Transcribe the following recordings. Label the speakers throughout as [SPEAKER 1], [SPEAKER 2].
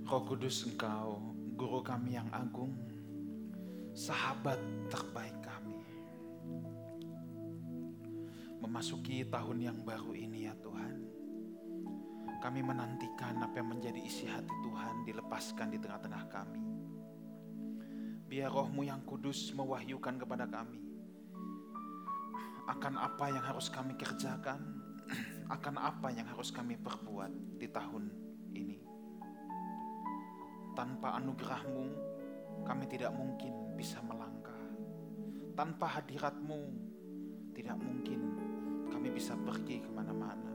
[SPEAKER 1] Roh Kudus, Engkau Guru kami yang agung, sahabat terbaik kami. Memasuki tahun yang baru ini ya Tuhan, kami menantikan apa yang menjadi isi hati Tuhan dilepaskan di tengah-tengah kami. Biar Roh-Mu yang kudus mewahyukan kepada kami akan apa yang harus kami kerjakan, akan apa yang harus kami perbuat di tahun ini. Tanpa anugerah-Mu, kami tidak mungkin bisa melangkah. Tanpa hadirat-Mu, tidak mungkin kami bisa pergi kemana-mana.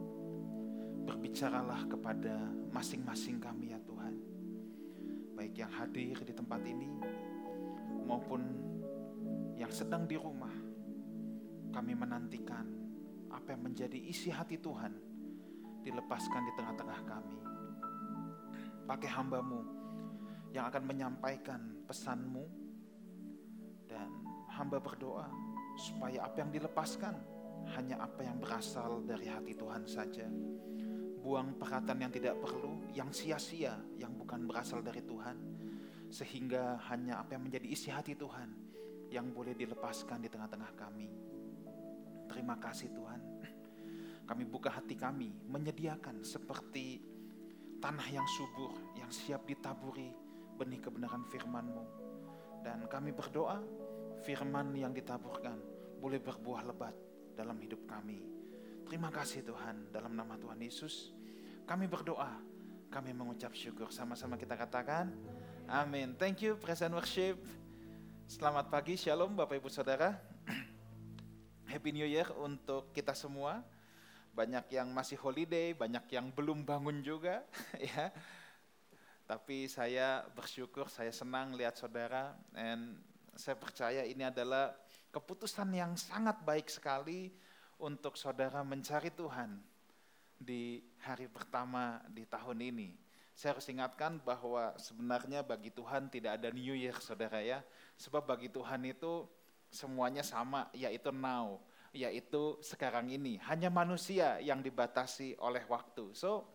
[SPEAKER 1] Berbicaralah kepada masing-masing kami ya Tuhan, baik yang hadir di tempat ini maupun yang sedang di rumah. Kami menantikan apa yang menjadi isi hati Tuhan dilepaskan di tengah-tengah kami. Pakai hamba-Mu yang akan menyampaikan pesan-Mu, dan hamba berdoa supaya apa yang dilepaskan hanya apa yang berasal dari hati Tuhan saja. Buang perkataan yang tidak perlu, yang sia-sia, yang bukan berasal dari Tuhan, sehingga hanya apa yang menjadi isi hati Tuhan yang boleh dilepaskan di tengah-tengah kami. Terima kasih Tuhan. Kami buka hati kami, menyediakan seperti tanah yang subur, yang siap ditaburi benih kebenaran firman-Mu. Dan kami berdoa, firman yang ditaburkan boleh berbuah lebat dalam hidup kami. Terima kasih Tuhan, dalam nama Tuhan Yesus kami berdoa, kami mengucap syukur. Sama-sama kita katakan, amin. Thank you, praise and worship. Selamat pagi, shalom Bapak Ibu Saudara. Happy New Year untuk kita semua. Banyak yang masih holiday, banyak yang belum bangun juga, ya. Tapi saya bersyukur, saya senang lihat saudara, dan saya percaya ini adalah keputusan yang sangat baik sekali untuk saudara mencari Tuhan di hari pertama di tahun ini. Saya harus ingatkan bahwa sebenarnya bagi Tuhan tidak ada New Year saudara ya. Sebab bagi Tuhan itu semuanya sama, yaitu now, yaitu sekarang ini. Hanya manusia yang dibatasi oleh waktu. So,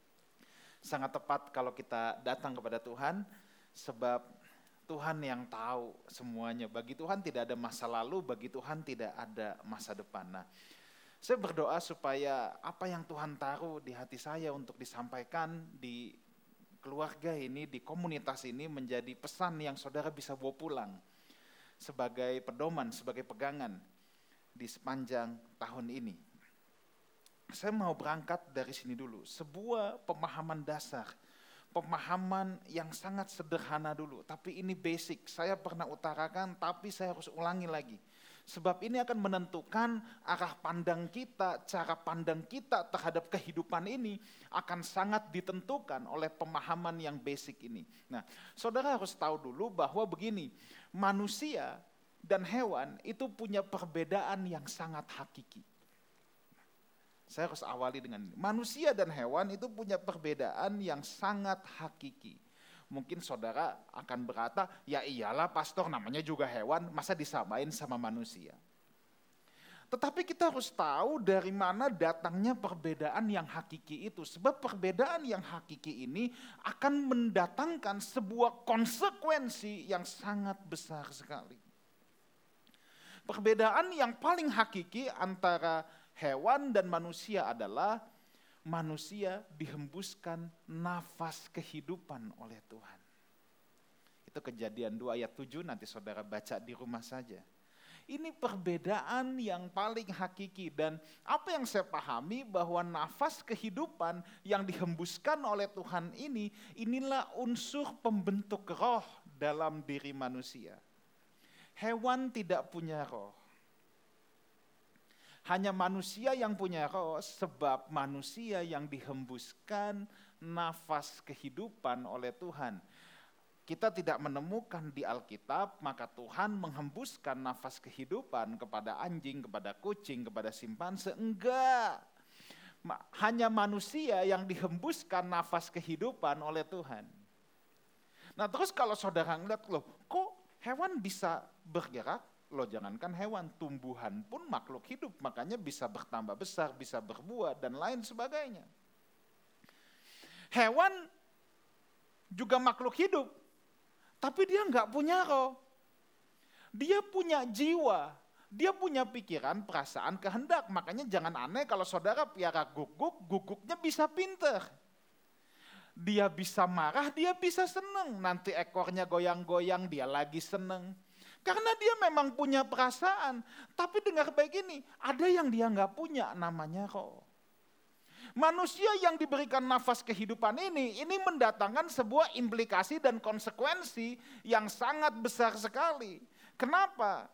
[SPEAKER 1] sangat tepat kalau kita datang kepada Tuhan, sebab Tuhan yang tahu semuanya. Bagi Tuhan tidak ada masa lalu, bagi Tuhan tidak ada masa depan. Nah, saya berdoa supaya apa yang Tuhan taruh di hati saya untuk disampaikan di keluarga ini, di komunitas ini menjadi pesan yang saudara bisa bawa pulang sebagai pedoman, sebagai pegangan di sepanjang tahun ini. Saya mau berangkat dari sini dulu, sebuah pemahaman dasar, pemahaman yang sangat sederhana dulu, tapi ini basic, saya pernah utarakan tapi saya harus ulangi lagi. Sebab ini akan menentukan arah pandang kita, cara pandang kita terhadap kehidupan ini akan sangat ditentukan oleh pemahaman yang basic ini. Nah, saudara harus tahu dulu bahwa begini, manusia dan hewan itu punya perbedaan yang sangat hakiki. Saya harus awali dengan ini. Manusia dan hewan itu punya perbedaan yang sangat hakiki. Mungkin saudara akan berkata, ya iyalah pastor namanya juga hewan, masa disamain sama manusia. Tetapi kita harus tahu dari mana datangnya perbedaan yang hakiki itu. Sebab perbedaan yang hakiki ini akan mendatangkan sebuah konsekuensi yang sangat besar sekali. Perbedaan yang paling hakiki antara hewan dan manusia adalah manusia dihembuskan nafas kehidupan oleh Tuhan. Itu Kejadian 2 ayat 7, nanti saudara baca di rumah saja. Ini perbedaan yang paling hakiki, dan apa yang saya pahami bahwa nafas kehidupan yang dihembuskan oleh Tuhan ini, inilah unsur pembentuk roh dalam diri manusia. Hewan tidak punya roh. Hanya manusia yang punya roh, sebab manusia yang dihembuskan nafas kehidupan oleh Tuhan. Kita tidak menemukan di Alkitab, maka Tuhan menghembuskan nafas kehidupan kepada anjing, kepada kucing, kepada simpanse. Enggak. Hanya manusia yang dihembuskan nafas kehidupan oleh Tuhan. Nah terus kalau saudara ngeliat, loh kok hewan bisa bergerak? Loh jangankan hewan, tumbuhan pun makhluk hidup, makanya bisa bertambah besar, bisa berbuah dan lain sebagainya. Hewan juga makhluk hidup, tapi dia nggak punya roh. Dia punya jiwa, dia punya pikiran, perasaan, kehendak. Makanya jangan aneh kalau saudara piara guguk, guguknya bisa pinter. Dia bisa marah, dia bisa seneng. Nanti ekornya goyang-goyang, dia lagi seneng. Karena dia memang punya perasaan. Tapi dengar baik ini, ada yang dia nggak punya, namanya roh. Manusia yang diberikan nafas kehidupan ini mendatangkan sebuah implikasi dan konsekuensi yang sangat besar sekali. Kenapa?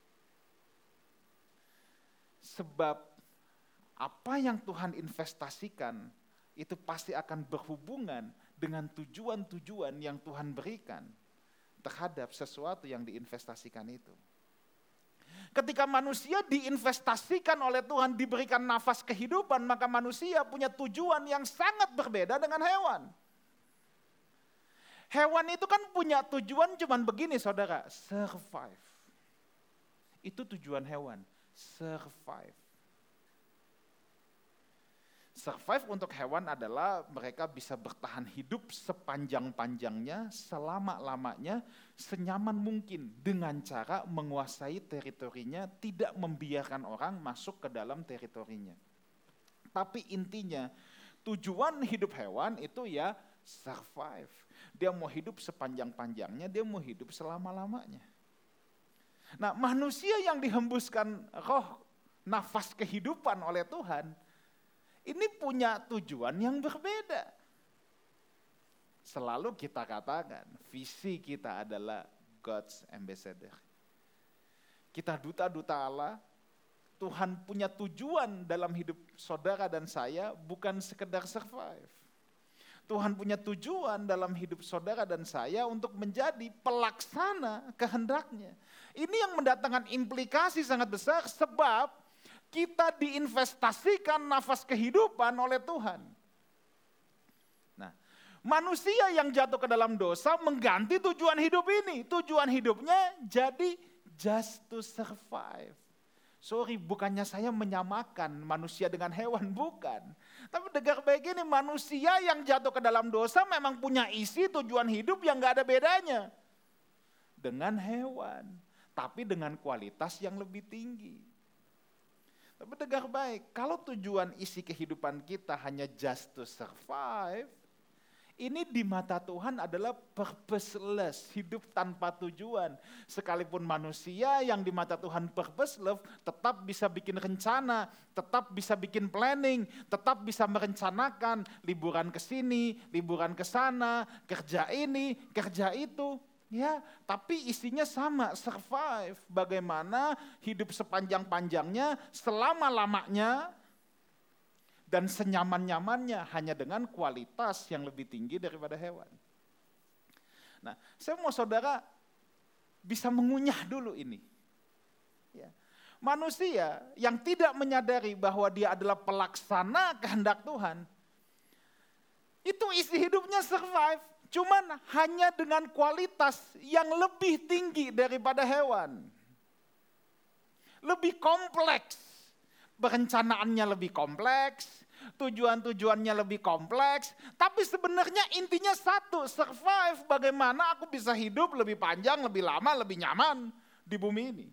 [SPEAKER 1] Sebab apa yang Tuhan investasikan itu pasti akan berhubungan dengan tujuan-tujuan yang Tuhan berikan terhadap sesuatu yang diinvestasikan itu. Ketika manusia diinvestasikan oleh Tuhan, diberikan nafas kehidupan, maka manusia punya tujuan yang sangat berbeda dengan hewan. Hewan itu kan punya tujuan cuman begini saudara, survive. Itu tujuan hewan, survive. Survive untuk hewan adalah mereka bisa bertahan hidup sepanjang-panjangnya, selama-lamanya, senyaman mungkin dengan cara menguasai teritorinya, tidak membiarkan orang masuk ke dalam teritorinya. Tapi intinya, tujuan hidup hewan itu ya survive. Dia mau hidup sepanjang-panjangnya, dia mau hidup selama-lamanya. Nah, manusia yang dihembuskan roh, nafas kehidupan oleh Tuhan, ini punya tujuan yang berbeda. Selalu kita katakan, visi kita adalah God's ambassador. Kita duta-duta Allah, Tuhan punya tujuan dalam hidup saudara dan saya, bukan sekedar survive. Tuhan punya tujuan dalam hidup saudara dan saya untuk menjadi pelaksana kehendaknya. Ini yang mendatangkan implikasi sangat besar sebab kita diinvestasikan nafas kehidupan oleh Tuhan. Nah, manusia yang jatuh ke dalam dosa mengganti tujuan hidup ini. Tujuan hidupnya jadi just to survive. Sorry, bukannya saya menyamakan manusia dengan hewan, bukan. Tapi dengar baik ini, manusia yang jatuh ke dalam dosa memang punya isi tujuan hidup yang gak ada bedanya dengan hewan. Tapi dengan kualitas yang lebih tinggi. Tapi dengar baik, kalau tujuan isi kehidupan kita hanya just to survive, ini di mata Tuhan adalah purposeless, hidup tanpa tujuan. Sekalipun manusia yang di mata Tuhan purposeless tetap bisa bikin rencana, tetap bisa bikin planning, tetap bisa merencanakan liburan ke sini, liburan ke sana, kerja ini, kerja itu. Ya, tapi isinya sama, survive. Bagaimana hidup sepanjang-panjangnya, selama-lamanya, dan senyaman-nyamannya hanya dengan kualitas yang lebih tinggi daripada hewan. Nah, saya mau saudara bisa mengunyah dulu ini. Ya. Manusia yang tidak menyadari bahwa dia adalah pelaksana kehendak Tuhan, itu isi hidupnya survive, cuman hanya dengan kualitas yang lebih tinggi daripada hewan. Lebih kompleks. Perencanaannya lebih kompleks, tujuan-tujuannya lebih kompleks, tapi sebenarnya intinya satu, survive, bagaimana aku bisa hidup lebih panjang, lebih lama, lebih nyaman di bumi ini.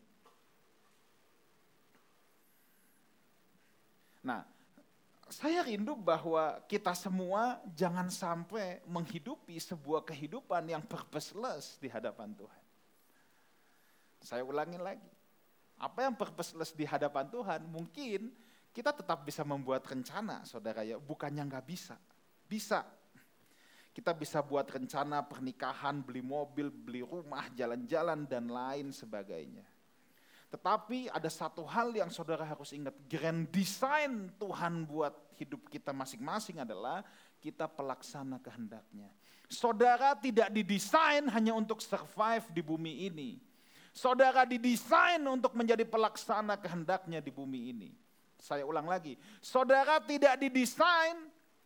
[SPEAKER 1] Nah, saya rindu bahwa kita semua jangan sampai menghidupi sebuah kehidupan yang purposeless di hadapan Tuhan. Saya ulangi lagi. Apa yang purposeless di hadapan Tuhan, mungkin kita tetap bisa membuat rencana, saudara ya, bukannya nggak bisa. Bisa. Kita bisa buat rencana pernikahan, beli mobil, beli rumah, jalan-jalan, dan lain sebagainya. Tetapi ada satu hal yang saudara harus ingat, grand design Tuhan buat hidup kita masing-masing adalah kita pelaksana kehendaknya. Saudara tidak didesain hanya untuk survive di bumi ini. Saudara didesain untuk menjadi pelaksana kehendaknya di bumi ini. Saya ulang lagi, saudara tidak didesain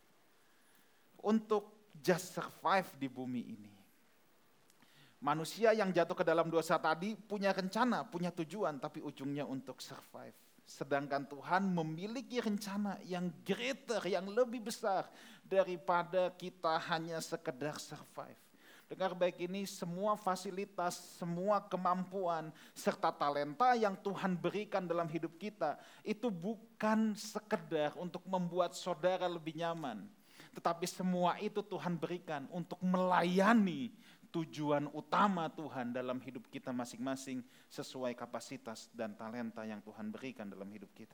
[SPEAKER 1] untuk just survive di bumi ini. Manusia yang jatuh ke dalam dosa tadi punya rencana, punya tujuan, tapi ujungnya untuk survive. Sedangkan Tuhan memiliki rencana yang greater, yang lebih besar daripada kita hanya sekedar survive. Dengar baik ini, semua fasilitas, semua kemampuan, serta talenta yang Tuhan berikan dalam hidup kita, itu bukan sekedar untuk membuat saudara lebih nyaman. Tetapi semua itu Tuhan berikan untuk melayani tujuan utama Tuhan dalam hidup kita masing-masing sesuai kapasitas dan talenta yang Tuhan berikan dalam hidup kita.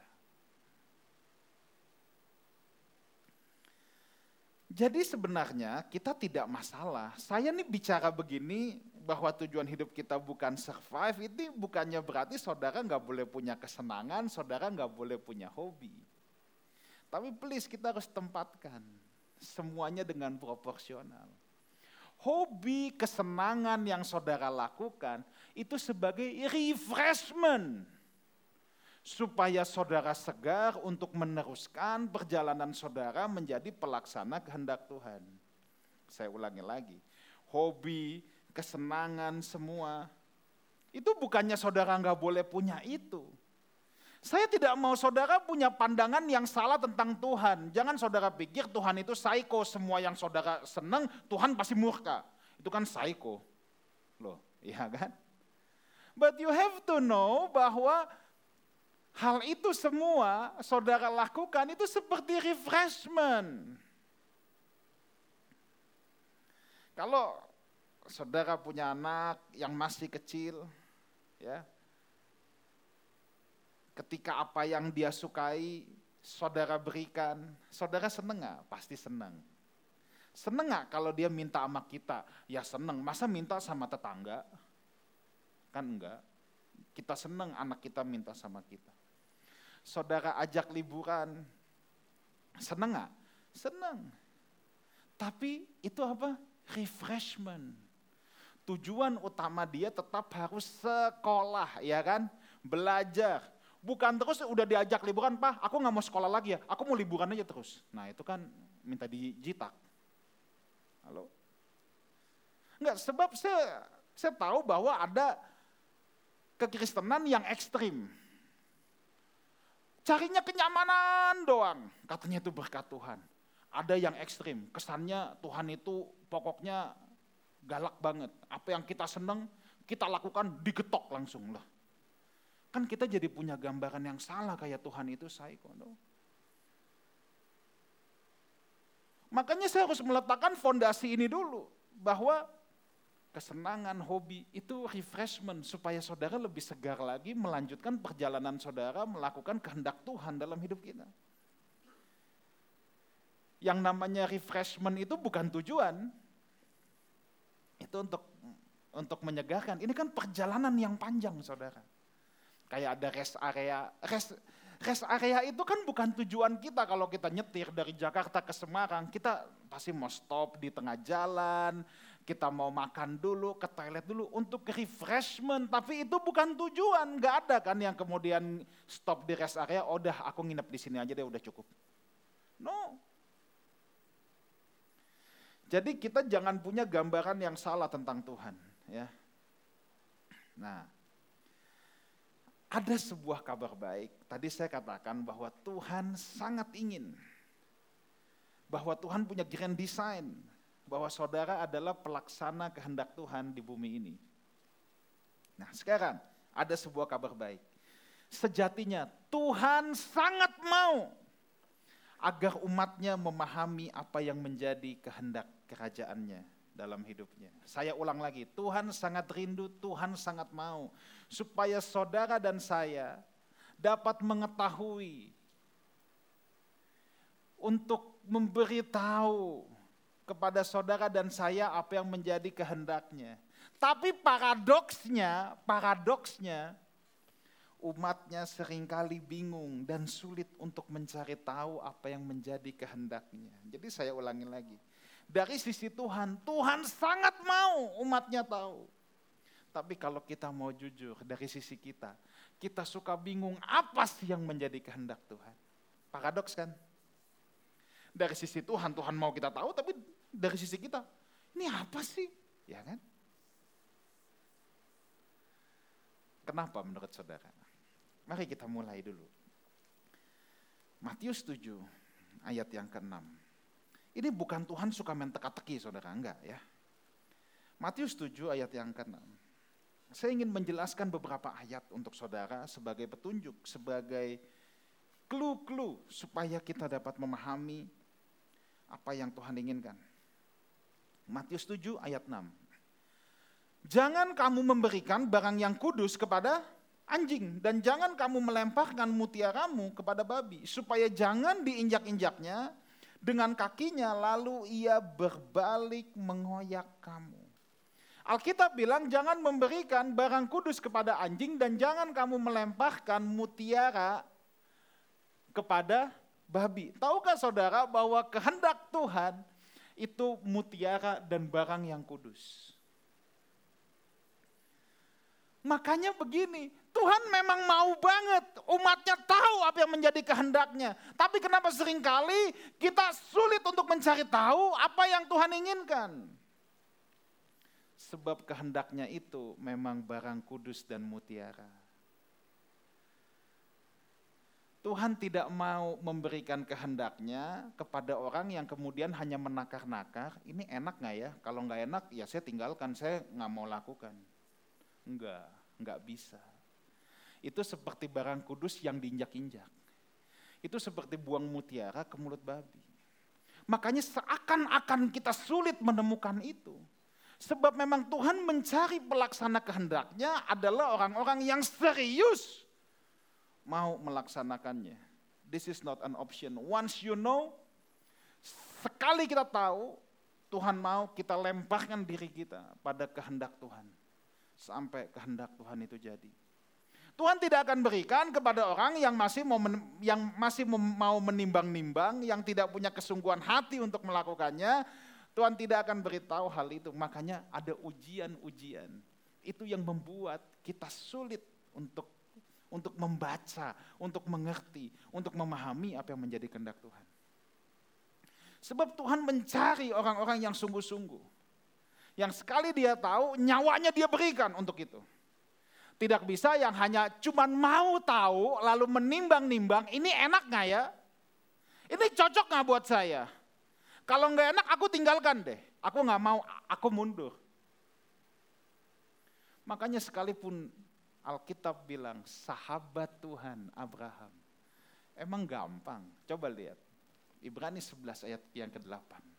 [SPEAKER 1] Jadi sebenarnya kita tidak masalah. Saya nih bicara begini bahwa tujuan hidup kita bukan survive, itu bukannya berarti saudara nggak boleh punya kesenangan, saudara nggak boleh punya hobi. Tapi please kita harus tempatkan semuanya dengan proporsional. Hobi, kesenangan yang saudara lakukan itu sebagai refreshment. Supaya saudara segar untuk meneruskan perjalanan saudara menjadi pelaksana kehendak Tuhan. Saya ulangi lagi. Hobi, kesenangan semua. Itu bukannya saudara nggak boleh punya itu. Saya tidak mau saudara punya pandangan yang salah tentang Tuhan. Jangan saudara pikir Tuhan itu psycho, semua yang saudara senang Tuhan pasti murka. Itu kan psycho. Loh, iya kan? But you have to know bahwa hal itu semua saudara lakukan itu seperti refreshment. Kalau saudara punya anak yang masih kecil, ya, ketika apa yang dia sukai, saudara berikan, saudara seneng gak? Pasti seneng. Seneng gak kalau dia minta sama kita? Ya seneng, masa minta sama tetangga? Kan enggak. Kita seneng anak kita minta sama kita. Saudara ajak liburan, seneng gak? Seneng. Tapi itu apa? Refreshment. Tujuan utama dia tetap harus sekolah, ya kan? Belajar. Bukan terus udah diajak liburan, Pak, aku gak mau sekolah lagi ya, aku mau liburan aja terus. Nah itu kan minta dijitak. Halo? Enggak, sebab saya tahu bahwa ada kekristenan yang ekstrim. Carinya kenyamanan doang, katanya itu berkat Tuhan. Ada yang ekstrim, kesannya Tuhan itu pokoknya galak banget. Apa yang kita seneng, kita lakukan digetok langsung lah. Kan kita jadi punya gambaran yang salah kayak Tuhan itu psycho. Makanya saya harus meletakkan fondasi ini dulu. Bahwa kesenangan, hobi itu refreshment. Supaya saudara lebih segar lagi melanjutkan perjalanan saudara melakukan kehendak Tuhan dalam hidup kita. Yang namanya refreshment itu bukan tujuan. Itu untuk menyegarkan. Ini kan perjalanan yang panjang saudara. Kayak ada rest area. Rest area itu kan bukan tujuan kita kalau kita nyetir dari Jakarta ke Semarang. Kita pasti mau stop di tengah jalan, kita mau makan dulu, ke toilet dulu untuk refreshment. Tapi itu bukan tujuan, nggak ada kan yang kemudian stop di rest area, oh udah aku nginep di sini aja deh udah cukup. No. Jadi kita jangan punya gambaran yang salah tentang Tuhan. Ya. Nah. Ada sebuah kabar baik, tadi saya katakan bahwa Tuhan sangat ingin, bahwa Tuhan punya grand design, bahwa saudara adalah pelaksana kehendak Tuhan di bumi ini. Nah sekarang ada sebuah kabar baik, sejatinya Tuhan sangat mau agar umatnya memahami apa yang menjadi kehendak kerajaannya dalam hidupnya. Saya ulang lagi, Tuhan sangat rindu, Tuhan sangat mau supaya saudara dan saya dapat mengetahui untuk memberitahu kepada saudara dan saya apa yang menjadi kehendaknya. Tapi paradoksnya umatnya seringkali bingung dan sulit untuk mencari tahu apa yang menjadi kehendaknya. Jadi saya ulangi lagi. Dari sisi Tuhan, Tuhan sangat mau umatnya tahu. Tapi kalau kita mau jujur dari sisi kita, kita suka bingung apa sih yang menjadi kehendak Tuhan. Paradoks kan? Dari sisi Tuhan, Tuhan mau kita tahu, tapi dari sisi kita, ini apa sih? Ya kan? Kenapa menurut saudara? Mari kita mulai dulu. Matius 7 ayat yang ke-6. Ini bukan Tuhan suka main teka-teki saudara, enggak ya. Matius 7 ayat yang ke-6. Saya ingin menjelaskan beberapa ayat untuk saudara sebagai petunjuk, sebagai clue-clue supaya kita dapat memahami apa yang Tuhan inginkan. Matius 7 ayat 6. Jangan kamu memberikan barang yang kudus kepada anjing, dan jangan kamu melemparkan mutiaramu kepada babi, supaya jangan diinjak-injaknya dengan kakinya lalu ia berbalik mengoyak kamu. Alkitab bilang jangan memberikan barang kudus kepada anjing dan jangan kamu melemparkan mutiara kepada babi. Tahukah saudara bahwa kehendak Tuhan itu mutiara dan barang yang kudus? Makanya begini, Tuhan memang mau banget umatnya tahu apa yang menjadi kehendaknya. Tapi kenapa seringkali kita sulit untuk mencari tahu apa yang Tuhan inginkan? Sebab kehendaknya itu memang barang kudus dan mutiara. Tuhan tidak mau memberikan kehendaknya kepada orang yang kemudian hanya menakar-nakar. Ini enak gak ya? Kalau gak enak ya saya tinggalkan, saya gak mau lakukan. Enggak bisa. Itu seperti barang kudus yang diinjak-injak. Itu seperti buang mutiara ke mulut babi. Makanya seakan-akan kita sulit menemukan itu. Sebab memang Tuhan mencari pelaksana kehendaknya adalah orang-orang yang serius mau melaksanakannya. This is not an option. Once you know, sekali kita tahu, Tuhan mau kita lemparkan diri kita pada kehendak Tuhan. Sampai kehendak Tuhan itu jadi. Tuhan tidak akan berikan kepada orang yang masih mau menimbang-nimbang, yang tidak punya kesungguhan hati untuk melakukannya. Tuhan tidak akan beritahu hal itu. Makanya ada ujian-ujian. Itu yang membuat kita sulit untuk membaca, untuk mengerti, untuk memahami apa yang menjadi kehendak Tuhan. Sebab Tuhan mencari orang-orang yang sungguh-sungguh. Yang sekali dia tahu, nyawanya dia berikan untuk itu. Tidak bisa yang hanya cuman mau tahu, lalu menimbang-nimbang, ini enak gak ya? Ini cocok gak buat saya? Kalau gak enak aku tinggalkan deh, aku gak mau, aku mundur. Makanya sekalipun Alkitab bilang sahabat Tuhan Abraham, emang gampang? Coba lihat, Ibrani 11 ayat yang ke-8.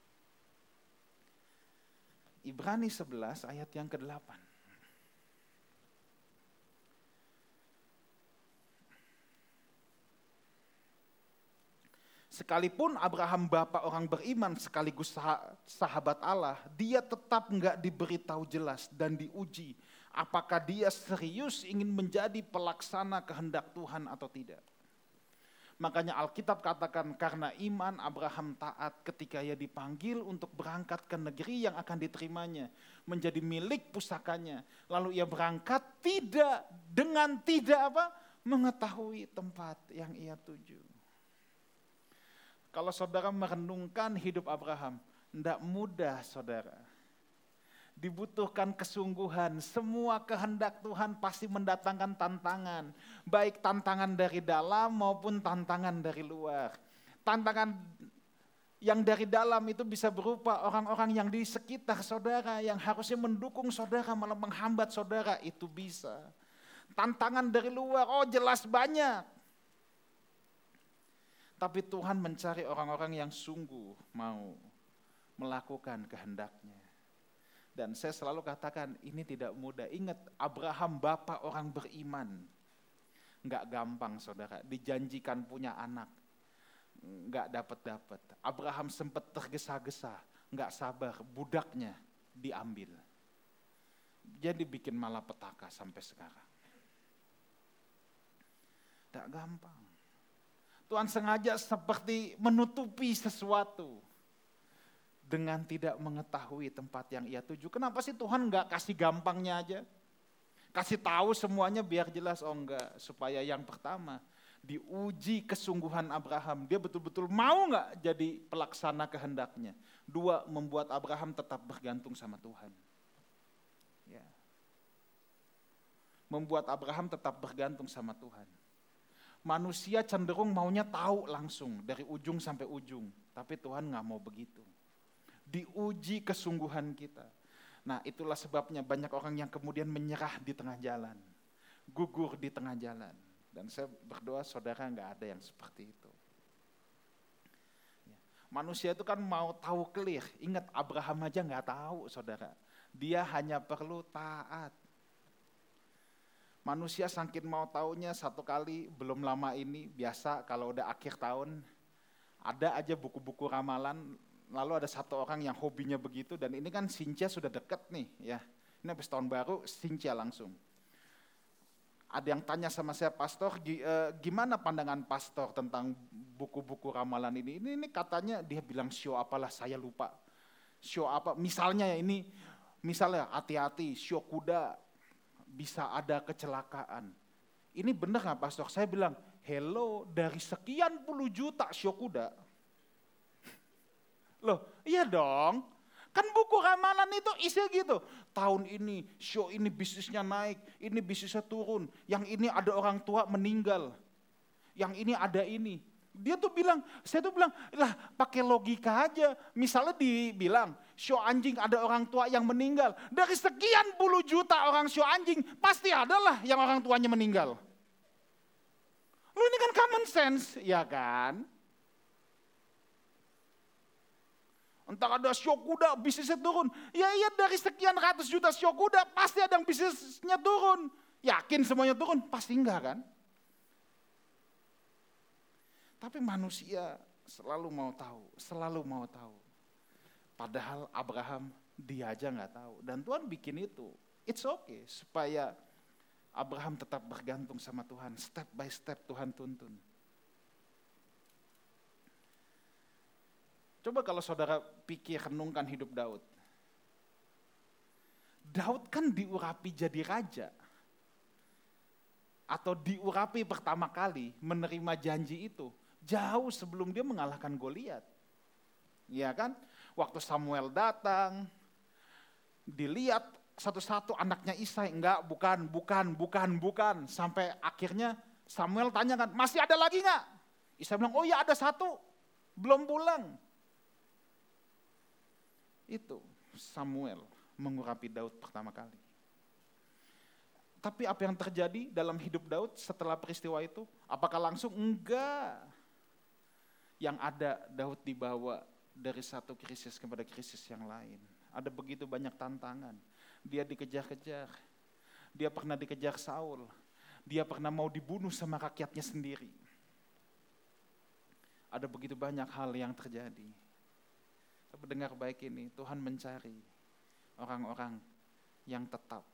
[SPEAKER 1] Ibrani 11 ayat yang ke-8. Sekalipun Abraham bapak orang beriman sekaligus sahabat Allah, dia tetap enggak diberitahu jelas dan diuji apakah dia serius ingin menjadi pelaksana kehendak Tuhan atau tidak. Makanya Alkitab katakan karena iman Abraham taat ketika ia dipanggil untuk berangkat ke negeri yang akan diterimanya. Menjadi milik pusakanya. Lalu ia berangkat tidak mengetahui tempat yang ia tuju. Kalau saudara merenungkan hidup Abraham, tidak mudah saudara. Dibutuhkan kesungguhan, semua kehendak Tuhan pasti mendatangkan tantangan. Baik tantangan dari dalam maupun tantangan dari luar. Tantangan yang dari dalam itu bisa berupa orang-orang yang di sekitar saudara, yang harusnya mendukung saudara malah menghambat saudara, itu bisa. Tantangan dari luar, jelas banyak. Tapi Tuhan mencari orang-orang yang sungguh mau melakukan kehendaknya. Dan saya selalu katakan ini tidak mudah. Ingat Abraham bapak orang beriman. Enggak gampang saudara, dijanjikan punya anak. Enggak dapat. Abraham sempat tergesa-gesa, enggak sabar, budaknya diambil. Jadi bikin malapetaka sampai sekarang. Enggak gampang. Tuhan sengaja seperti menutupi sesuatu. Dengan tidak mengetahui tempat yang ia tuju. Kenapa sih Tuhan enggak kasih gampangnya aja? Kasih tahu semuanya biar jelas. Enggak. Supaya yang pertama, diuji kesungguhan Abraham. Dia betul-betul mau enggak jadi pelaksana kehendaknya. 2, membuat Abraham tetap bergantung sama Tuhan. Ya. Membuat Abraham tetap bergantung sama Tuhan. Manusia cenderung maunya tahu langsung dari ujung sampai ujung. Tapi Tuhan gak mau begitu. Diuji kesungguhan kita. Nah itulah sebabnya banyak orang yang kemudian menyerah di tengah jalan. Gugur di tengah jalan. Dan saya berdoa saudara gak ada yang seperti itu. Manusia itu kan mau tahu clear. Ingat Abraham aja gak tahu saudara. Dia hanya perlu taat. Manusia saking mau taunya satu kali belum lama ini, biasa kalau udah akhir tahun, ada aja buku-buku ramalan, lalu ada satu orang yang hobinya begitu, dan ini kan Sincia sudah deket nih ya, ini habis tahun baru Sincia langsung. Ada yang tanya sama saya, pastor gimana pandangan pastor tentang buku-buku ramalan ini? Ini katanya dia bilang show apalah, saya lupa. Show apa, misalnya ya ini, misalnya hati-hati, show kuda, bisa ada kecelakaan. Ini benar gak pastor? Saya bilang, hello, dari sekian puluh juta show kuda. Loh, iya dong. Kan buku ramalan itu isinya gitu. Tahun ini, show ini bisnisnya naik, ini bisnisnya turun. Yang ini ada orang tua meninggal. Yang ini ada ini. Dia tuh bilang, saya tuh bilang, lah pakai logika aja. Misalnya dibilang, show anjing ada orang tua yang meninggal. Dari sekian puluh juta orang show anjing, pasti adalah yang orang tuanya meninggal. Lu ini kan common sense, ya kan? Entar ada show kuda, bisnisnya turun. Ya iya dari sekian ratus juta show kuda, pasti ada yang bisnisnya turun. Yakin semuanya turun? Pasti enggak kan? Tapi manusia selalu mau tahu. Padahal Abraham dia aja nggak tahu. Dan Tuhan bikin itu, it's okay, supaya Abraham tetap bergantung sama Tuhan. Step by step Tuhan tuntun. Coba kalau saudara pikir, renungkan hidup Daud. Daud kan diurapi jadi raja. Atau diurapi pertama kali menerima janji itu. Jauh sebelum dia mengalahkan Goliat. Ya kan? Waktu Samuel datang, dilihat satu-satu anaknya Isai, enggak, bukan. Sampai akhirnya Samuel tanya kan, masih ada lagi enggak? Isai bilang, oh ya ada satu, belum pulang. Itu Samuel mengurapi Daud pertama kali. Tapi apa yang terjadi dalam hidup Daud setelah peristiwa itu? Apakah langsung? Enggak. Yang ada Daud dibawa dari satu krisis kepada krisis yang lain. Ada begitu banyak tantangan. Dia dikejar-kejar. Dia pernah dikejar Saul. Dia pernah mau dibunuh sama rakyatnya sendiri. Ada begitu banyak hal yang terjadi. Tapi dengar baik ini, Tuhan mencari orang-orang yang tetap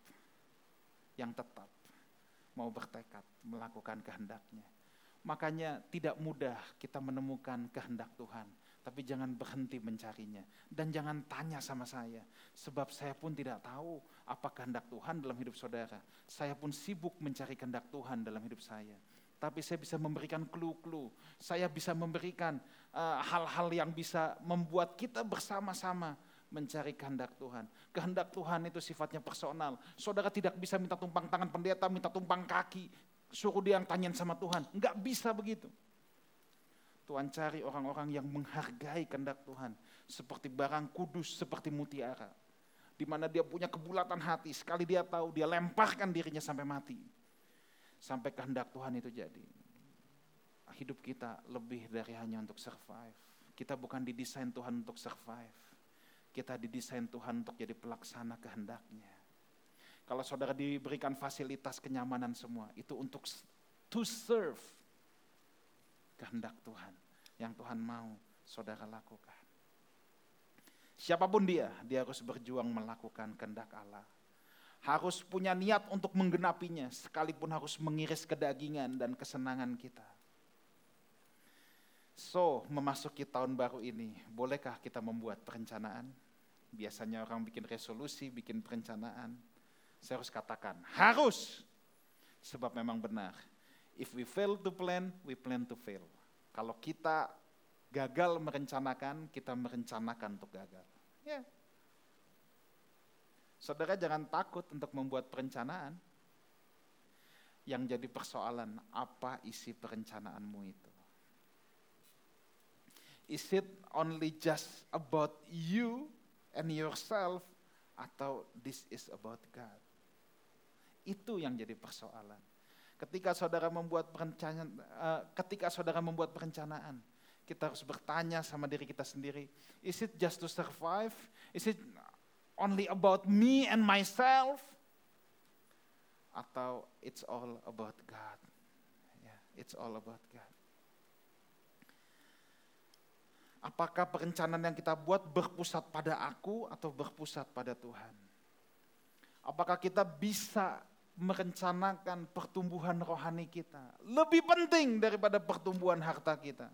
[SPEAKER 1] mau bertekad melakukan kehendak-Nya. Makanya tidak mudah kita menemukan kehendak Tuhan, tapi jangan berhenti mencarinya. Dan jangan tanya sama saya, sebab saya pun tidak tahu apa kehendak Tuhan dalam hidup saudara. Saya pun sibuk mencari kehendak Tuhan dalam hidup saya. Tapi saya bisa memberikan clue-clue, saya bisa memberikan hal-hal yang bisa membuat kita bersama-sama mencari kehendak Tuhan. Kehendak Tuhan itu sifatnya personal. Saudara tidak bisa minta tumpang tangan pendeta, minta tumpang kaki, suruh dia yang tanyain sama Tuhan. Enggak bisa begitu. Tuhan cari orang-orang yang menghargai kehendak Tuhan. Seperti barang kudus, seperti mutiara. Di mana dia punya kebulatan hati, sekali dia tahu, dia lemparkan dirinya sampai mati. Sampai kehendak Tuhan itu jadi. Hidup kita lebih dari hanya untuk survive. Kita bukan didesain Tuhan untuk survive. Kita didesain Tuhan untuk jadi pelaksana kehendak-Nya. Kalau saudara diberikan fasilitas kenyamanan semua, itu untuk to serve kehendak Tuhan. Yang Tuhan mau saudara lakukan. Siapapun dia harus berjuang melakukan kehendak Allah. Harus punya niat untuk menggenapinya, sekalipun harus mengiris kedagingan dan kesenangan kita. So, memasuki tahun baru ini, bolehkah kita membuat perencanaan? Biasanya orang bikin resolusi, bikin perencanaan. Saya harus katakan, harus. Sebab memang benar. If we fail to plan, we plan to fail. Kalau kita gagal merencanakan, kita merencanakan untuk gagal. Ya. Saudara jangan takut untuk membuat perencanaan. Yang jadi persoalan, apa isi perencanaanmu itu? Is it only just about you and yourself, atau this is about God? Itu yang jadi persoalan. Ketika saudara membuat perencanaan, kita harus bertanya sama diri kita sendiri, is it just to survive? Is it only about me and myself? Atau it's all about God? Yeah, it's all about God. Apakah perencanaan yang kita buat berpusat pada aku atau berpusat pada Tuhan? Apakah kita bisa merencanakan pertumbuhan rohani kita lebih penting daripada pertumbuhan harta kita?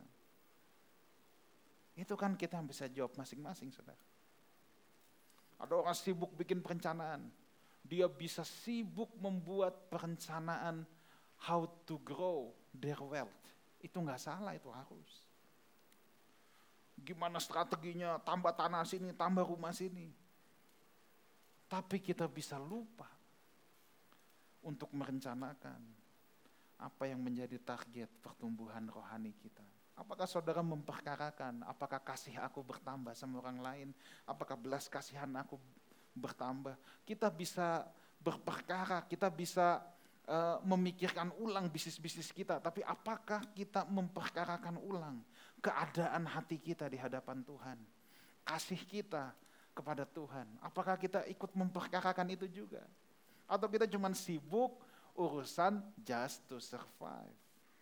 [SPEAKER 1] Itu kan kita yang bisa jawab masing-masing, saudara. Ada orang sibuk bikin perencanaan. Dia bisa sibuk membuat perencanaan how to grow their wealth. Itu nggak salah, itu harus. Gimana strateginya, tambah tanah sini, tambah rumah sini. Tapi kita bisa lupa untuk merencanakan apa yang menjadi target pertumbuhan rohani kita. Apakah saudara memperkarakan, apakah kasih aku bertambah sama orang lain, apakah belas kasihan aku bertambah. Kita bisa berperkara, kita bisa memikirkan ulang bisnis-bisnis kita, tapi apakah kita memperkarakan ulang keadaan hati kita di hadapan Tuhan, kasih kita kepada Tuhan? Apakah kita ikut memperkarakan itu juga? Atau kita cuma sibuk urusan just to survive?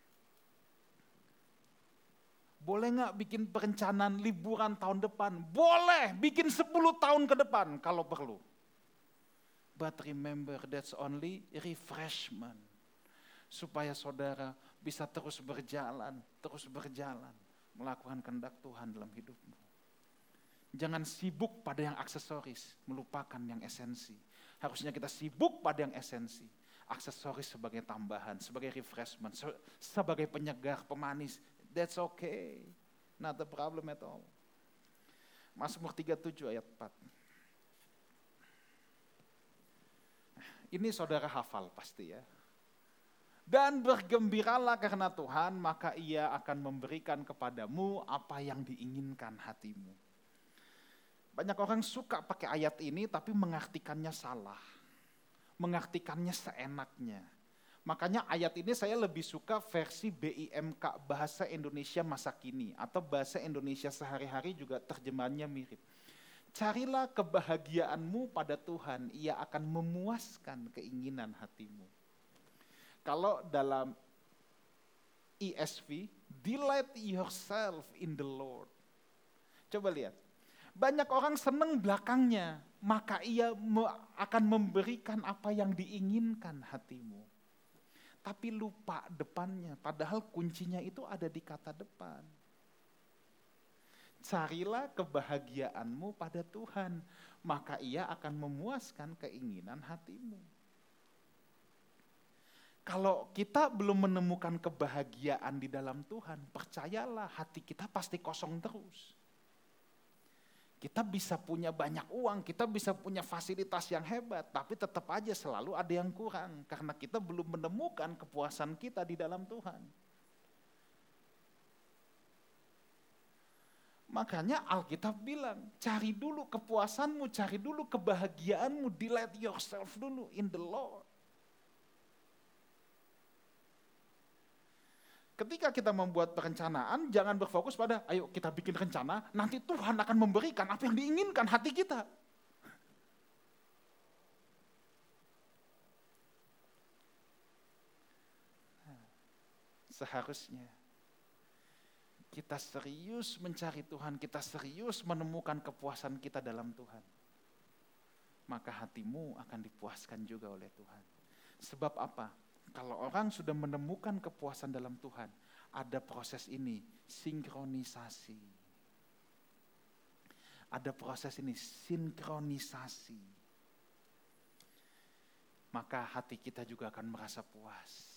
[SPEAKER 1] Boleh gak bikin perencanaan liburan tahun depan? Boleh, bikin 10 tahun ke depan kalau perlu. But remember, that's only refreshment. Supaya saudara bisa terus berjalan, melakukan kehendak Tuhan dalam hidupmu. Jangan sibuk pada yang aksesoris, melupakan yang esensi. Harusnya kita sibuk pada yang esensi. Aksesoris sebagai tambahan, sebagai refreshment, sebagai penyegar, pemanis. That's okay, not a problem at all. Mazmur 37 ayat 4. Ini saudara hafal pasti ya. Dan bergembiralah karena Tuhan, maka Ia akan memberikan kepadamu apa yang diinginkan hatimu. Banyak orang suka pakai ayat ini tapi mengartikannya salah. Mengartikannya seenaknya. Makanya ayat ini saya lebih suka versi BIMK, Bahasa Indonesia Masa Kini. Atau Bahasa Indonesia Sehari-hari juga terjemahannya mirip. Carilah kebahagiaanmu pada Tuhan, Ia akan memuaskan keinginan hatimu. Kalau dalam ESV, delight yourself in the Lord. Coba lihat, banyak orang senang belakangnya, maka Ia akan memberikan apa yang diinginkan hatimu. Tapi lupa depannya, padahal kuncinya itu ada di kata depan. Carilah kebahagiaanmu pada Tuhan, maka Ia akan memuaskan keinginan hatimu. Kalau kita belum menemukan kebahagiaan di dalam Tuhan, percayalah hati kita pasti kosong terus. Kita bisa punya banyak uang, kita bisa punya fasilitas yang hebat, tapi tetap aja selalu ada yang kurang, karena kita belum menemukan kepuasan kita di dalam Tuhan. Makanya Alkitab bilang, cari dulu kepuasanmu, cari dulu kebahagiaanmu, delight yourself dulu in the Lord. Ketika kita membuat perencanaan, jangan berfokus pada, ayo kita bikin rencana, nanti Tuhan akan memberikan apa yang diinginkan hati kita. Seharusnya kita serius mencari Tuhan, kita serius menemukan kepuasan kita dalam Tuhan. Maka hatimu akan dipuaskan juga oleh Tuhan. Sebab apa? Kalau orang sudah menemukan kepuasan dalam Tuhan, ada proses ini, sinkronisasi. Ada proses ini, sinkronisasi. Maka hati kita juga akan merasa puas.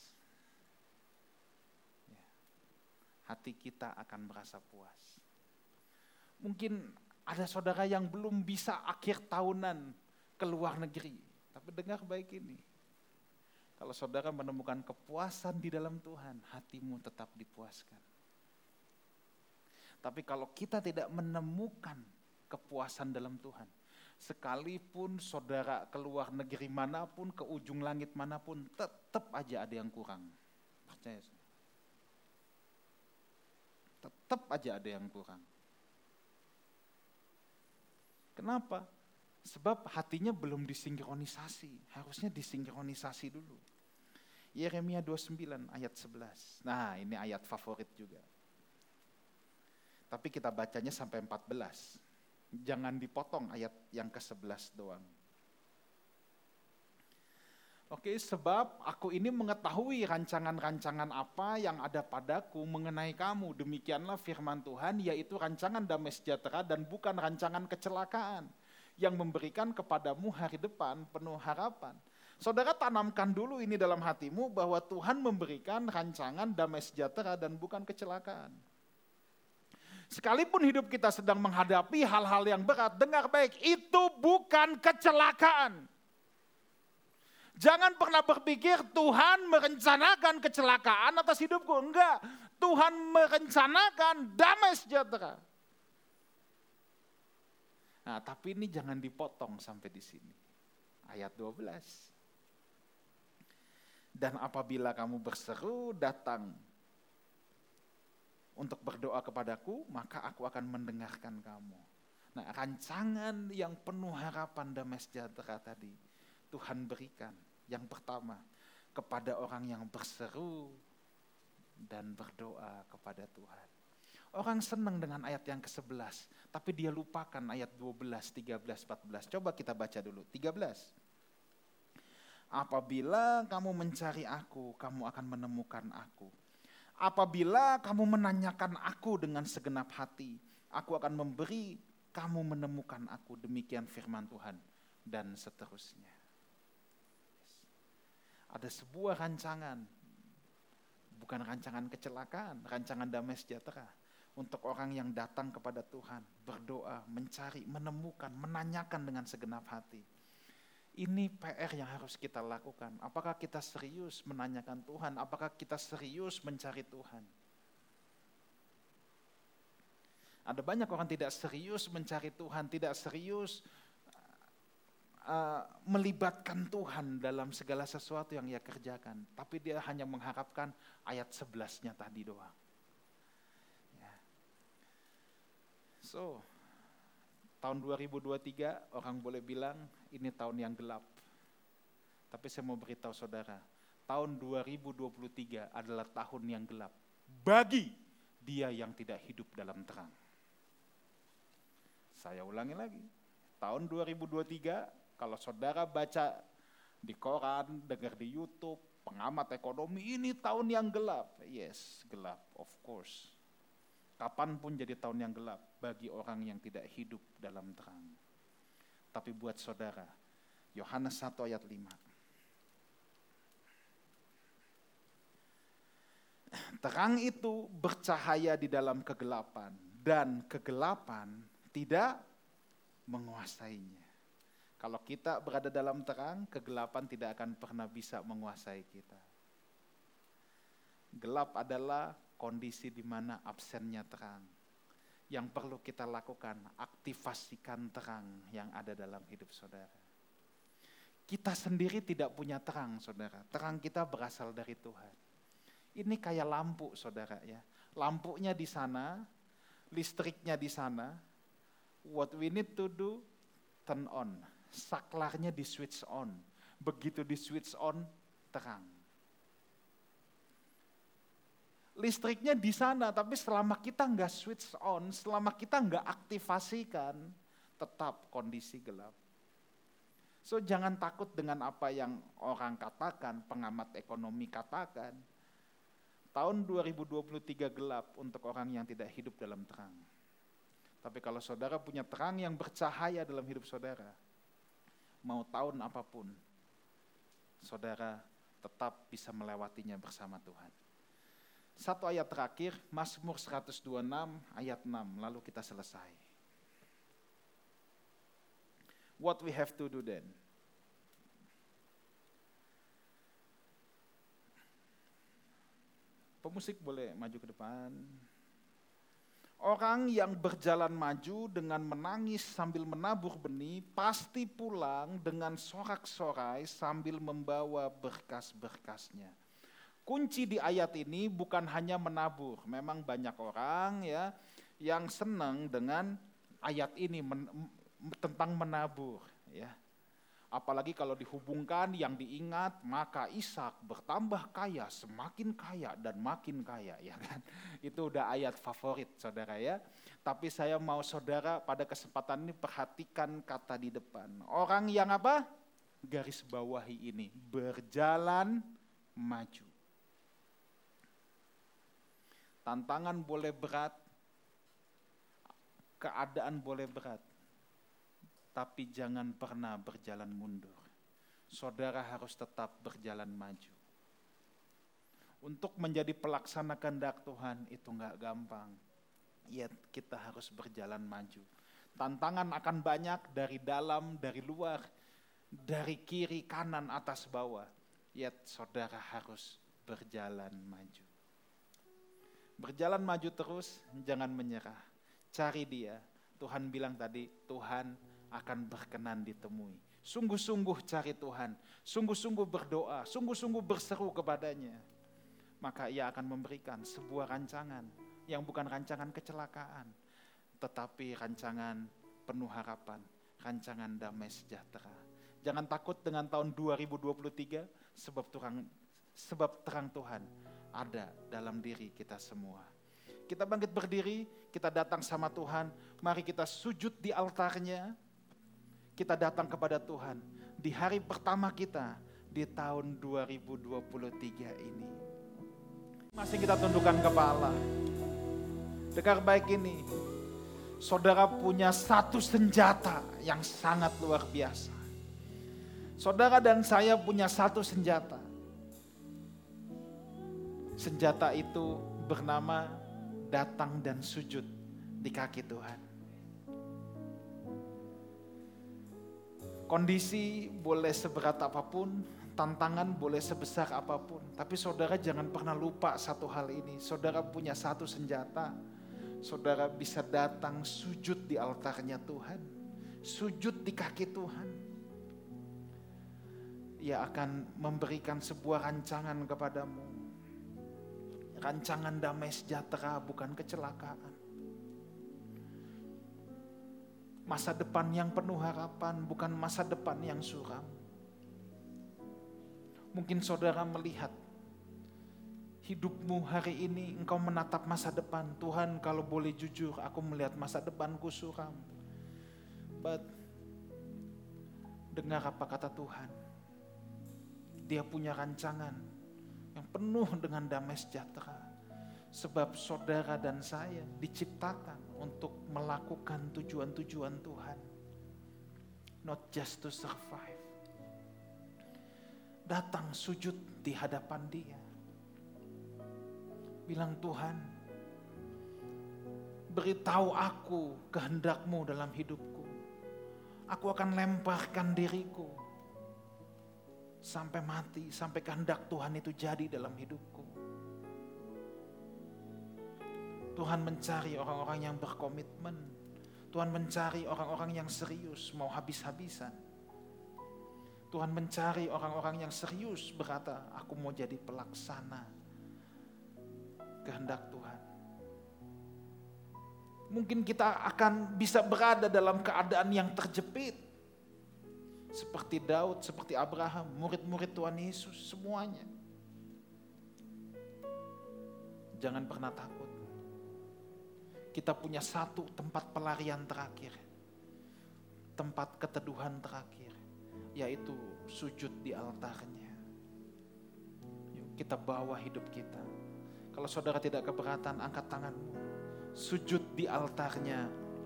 [SPEAKER 1] Hati kita akan merasa puas. Mungkin ada saudara yang belum bisa akhir tahunan ke luar negeri. Tapi dengar baik ini. Kalau saudara menemukan kepuasan di dalam Tuhan, hatimu tetap dipuaskan. Tapi kalau kita tidak menemukan kepuasan dalam Tuhan, sekalipun saudara keluar negeri manapun, ke ujung langit manapun, tetap aja ada yang kurang. Percaya saya. Tetap aja ada yang kurang. Kenapa? Sebab hatinya belum disinkronisasi. Harusnya disinkronisasi dulu. Yeremia 29 ayat 11. Nah, ini ayat favorit juga. Tapi kita bacanya sampai 14. Jangan dipotong ayat yang ke-11 doang. Oke, sebab aku ini mengetahui rancangan-rancangan apa yang ada padaku mengenai kamu. Demikianlah firman Tuhan, yaitu rancangan damai sejahtera dan bukan rancangan kecelakaan, yang memberikan kepadamu hari depan penuh harapan. Saudara tanamkan dulu ini dalam hatimu bahwa Tuhan memberikan rancangan damai sejahtera dan bukan kecelakaan. Sekalipun hidup kita sedang menghadapi hal-hal yang berat, dengar baik, itu bukan kecelakaan. Jangan pernah berpikir Tuhan merencanakan kecelakaan atas hidupku. Enggak, Tuhan merencanakan damai sejahtera. Nah, tapi ini jangan dipotong sampai di sini. Ayat 12. Dan apabila kamu berseru datang untuk berdoa kepadaku, maka aku akan mendengarkan kamu. Nah, rancangan yang penuh harapan damai sejahtera tadi Tuhan berikan. Yang pertama, kepada orang yang berseru dan berdoa kepada Tuhan. Orang senang dengan ayat yang ke-11, tapi dia lupakan ayat 12, 13, 14. Coba kita baca dulu, 13. Apabila kamu mencari aku, kamu akan menemukan aku. Apabila kamu menanyakan aku dengan segenap hati, aku akan memberi kamu menemukan aku. Demikian firman Tuhan. Dan seterusnya. Ada sebuah rancangan, bukan rancangan kecelakaan, rancangan damai sejahtera. Untuk orang yang datang kepada Tuhan, berdoa, mencari, menemukan, menanyakan dengan segenap hati. Ini PR yang harus kita lakukan. Apakah kita serius menanyakan Tuhan? Apakah kita serius mencari Tuhan? Ada banyak orang tidak serius mencari Tuhan, tidak serius melibatkan Tuhan dalam segala sesuatu yang ia kerjakan. Tapi dia hanya mengharapkan ayat 11-nya tadi doang. Ya. So, tahun 2023 orang boleh bilang ini tahun yang gelap. Tapi saya mau beritahu saudara, tahun 2023 adalah tahun yang gelap bagi dia yang tidak hidup dalam terang. Saya ulangi lagi, tahun 2023 kalau saudara baca di koran, dengar di YouTube, pengamat ekonomi, ini tahun yang gelap. Yes, gelap, of course. Kapanpun jadi tahun yang gelap bagi orang yang tidak hidup dalam terang. Tapi buat saudara, Yohanes 1 ayat 5. Terang itu bercahaya di dalam kegelapan, dan kegelapan tidak menguasainya. Kalau kita berada dalam terang, kegelapan tidak akan pernah bisa menguasai kita. Gelap adalah kondisi di mana absennya terang. Yang perlu kita lakukan, aktivasikan terang yang ada dalam hidup saudara. Kita sendiri tidak punya terang, saudara. Terang kita berasal dari Tuhan. Ini kayak lampu, saudara ya. Lampunya di sana, listriknya di sana. What we need to do, turn on. Saklarnya di switch on. Begitu di switch on, terang. Listriknya di sana, tapi selama kita nggak switch on, selama kita nggak aktivasikan, tetap kondisi gelap. So jangan takut dengan apa yang orang katakan, pengamat ekonomi katakan. Tahun 2023 gelap untuk orang yang tidak hidup dalam terang. Tapi kalau saudara punya terang yang bercahaya dalam hidup saudara, mau tahun apapun, saudara tetap bisa melewatinya bersama Tuhan. Satu ayat terakhir, Mazmur 126 ayat 6, lalu kita selesai. What we have to do then? Pemusik boleh maju ke depan. Orang yang berjalan maju dengan menangis sambil menabur benih, pasti pulang dengan sorak-sorai sambil membawa berkas-berkasnya. Kunci di ayat ini bukan hanya menabur. Memang banyak orang ya yang senang dengan ayat ini tentang menabur, ya. Apalagi kalau dihubungkan yang diingat, maka Ishak bertambah kaya, semakin kaya dan makin kaya, ya kan? Itu udah ayat favorit saudara ya. Tapi saya mau saudara pada kesempatan ini perhatikan kata di depan. Orang yang apa? Garis bawahi ini, berjalan maju. Tantangan boleh berat, keadaan boleh berat. Tapi jangan pernah berjalan mundur. Saudara harus tetap berjalan maju. Untuk menjadi pelaksana kehendak Tuhan itu enggak gampang. Ya, kita harus berjalan maju. Tantangan akan banyak dari dalam, dari luar, dari kiri, kanan, atas, bawah. Ya, saudara harus berjalan maju. Berjalan maju terus, jangan menyerah. Cari Dia. Tuhan bilang tadi, Tuhan akan berkenan ditemui. Sungguh-sungguh cari Tuhan, sungguh-sungguh berdoa, sungguh-sungguh berseru kepadanya. Maka Ia akan memberikan sebuah rancangan yang bukan rancangan kecelakaan, tetapi rancangan penuh harapan, rancangan damai sejahtera. Jangan takut dengan tahun 2023, sebab terang Tuhan ada dalam diri kita semua. Kita bangkit berdiri, kita datang sama Tuhan, mari kita sujud di altarnya. Kita datang kepada Tuhan di hari pertama kita di tahun 2023 ini. Masih kita tundukkan kepala. Dengar baik ini, saudara punya satu senjata yang sangat luar biasa. Saudara dan saya punya satu senjata. Senjata itu bernama datang dan sujud di kaki Tuhan. Kondisi boleh seberat apapun, tantangan boleh sebesar apapun. Tapi saudara jangan pernah lupa satu hal ini. Saudara punya satu senjata. Saudara bisa datang sujud di altarnya Tuhan. Sujud di kaki Tuhan. Ia akan memberikan sebuah rancangan kepadamu. Rancangan damai sejahtera, bukan kecelakaan. Masa depan yang penuh harapan, bukan masa depan yang suram. Mungkin saudara melihat hidupmu hari ini, engkau menatap masa depan. Tuhan, kalau boleh jujur, aku melihat masa depanku suram. But dengar apa kata Tuhan. Dia punya rancangan yang penuh dengan damai sejahtera. Sebab saudara dan saya diciptakan untuk melakukan tujuan-tujuan Tuhan. Not just to survive. Datang sujud di hadapan Dia. Bilang, Tuhan, beritahu aku kehendak-Mu dalam hidupku. Aku akan lemparkan diriku sampai mati, sampai kehendak Tuhan itu jadi dalam hidupku. Tuhan mencari orang-orang yang berkomitmen. Tuhan mencari orang-orang yang serius, mau habis-habisan. Tuhan mencari orang-orang yang serius berkata, aku mau jadi pelaksana kehendak Tuhan. Mungkin kita akan bisa berada dalam keadaan yang terjepit. Seperti Daud, seperti Abraham, murid-murid Tuhan Yesus, semuanya. Jangan pernah takut. Kita punya satu tempat pelarian terakhir. Tempat keteduhan terakhir. Yaitu sujud di altarnya. Yuk kita bawa hidup kita. Kalau saudara tidak keberatan, angkat tanganmu. Sujud di altarnya.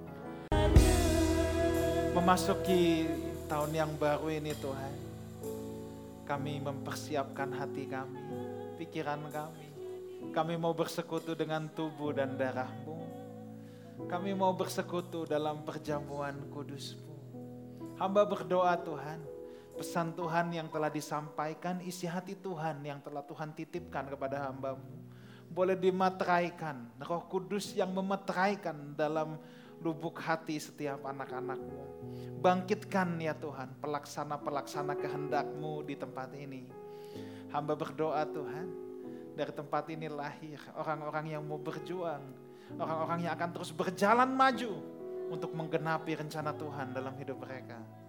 [SPEAKER 1] Memasuki tahun yang baru ini Tuhan. Kami mempersiapkan hati kami, pikiran kami. Kami mau bersekutu dengan tubuh dan darah-Mu. Kami mau bersekutu dalam perjamuan kudus-Mu. Hamba berdoa Tuhan, pesan Tuhan yang telah disampaikan, isi hati Tuhan yang telah Tuhan titipkan kepada hamba-Mu, boleh dimateraikan. Roh Kudus yang memeteraikan dalam lubuk hati setiap anak-anak-Mu. Bangkitkan ya Tuhan pelaksana-pelaksana kehendak-Mu di tempat ini. Hamba berdoa Tuhan, dari tempat ini lahir orang-orang yang mau berjuang, orang-orang yang akan terus berjalan maju untuk menggenapi rencana Tuhan dalam hidup mereka.